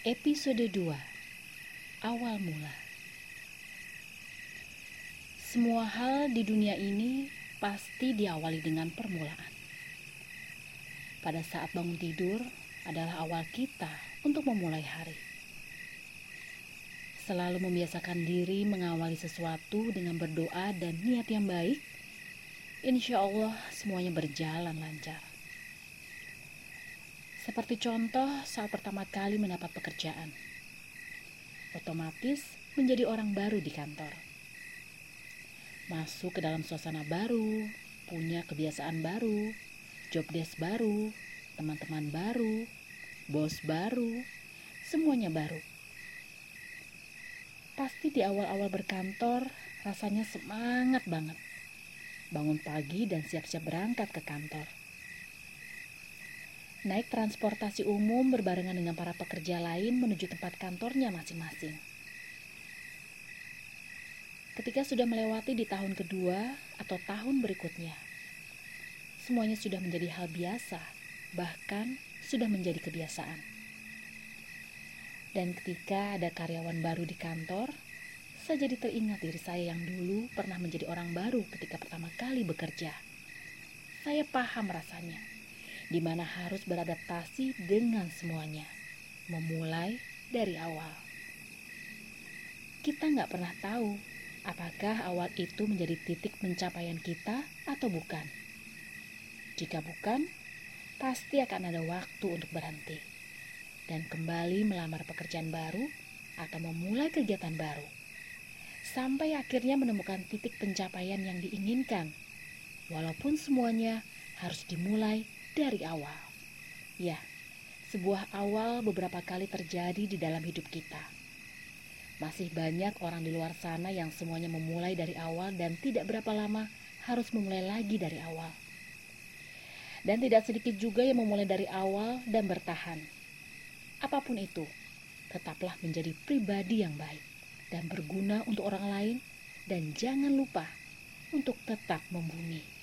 Episode 2. Awal mula. Semua hal di dunia ini pasti diawali dengan permulaan. Pada saat bangun tidur adalah awal kita untuk memulai hari. Selalu membiasakan diri mengawali sesuatu dengan berdoa dan niat yang baik, insya Allah semuanya berjalan lancar. Seperti contoh saat pertama kali mendapat pekerjaan, otomatis menjadi orang baru di kantor. Masuk ke dalam suasana baru, punya kebiasaan baru, job desk baru, teman-teman baru, bos baru, semuanya baru. Pasti di awal-awal berkantor rasanya semangat banget. Bangun pagi dan siap-siap berangkat ke kantor. Naik transportasi umum berbarengan dengan para pekerja lain menuju tempat kantornya masing-masing. Ketika sudah melewati di tahun kedua atau tahun berikutnya, semuanya sudah menjadi hal biasa, bahkan sudah menjadi kebiasaan. Dan ketika ada karyawan baru di kantor, saya jadi teringat diri saya yang dulu pernah menjadi orang baru ketika pertama kali bekerja. Saya paham rasanya, di mana harus beradaptasi dengan semuanya, memulai dari awal. Kita nggak pernah tahu apakah awal itu menjadi titik pencapaian kita atau bukan. Jika bukan, pasti akan ada waktu untuk berhenti dan kembali melamar pekerjaan baru atau memulai kegiatan baru, sampai akhirnya menemukan titik pencapaian yang diinginkan, walaupun semuanya harus dimulai dari awal. Ya, sebuah awal beberapa kali terjadi di dalam hidup kita. Masih banyak orang di luar sana yang semuanya memulai dari awal dan tidak berapa lama harus memulai lagi dari awal. Dan tidak sedikit juga yang memulai dari awal dan bertahan. Apapun itu, tetaplah menjadi pribadi yang baik dan berguna untuk orang lain, dan jangan lupa untuk tetap membumi.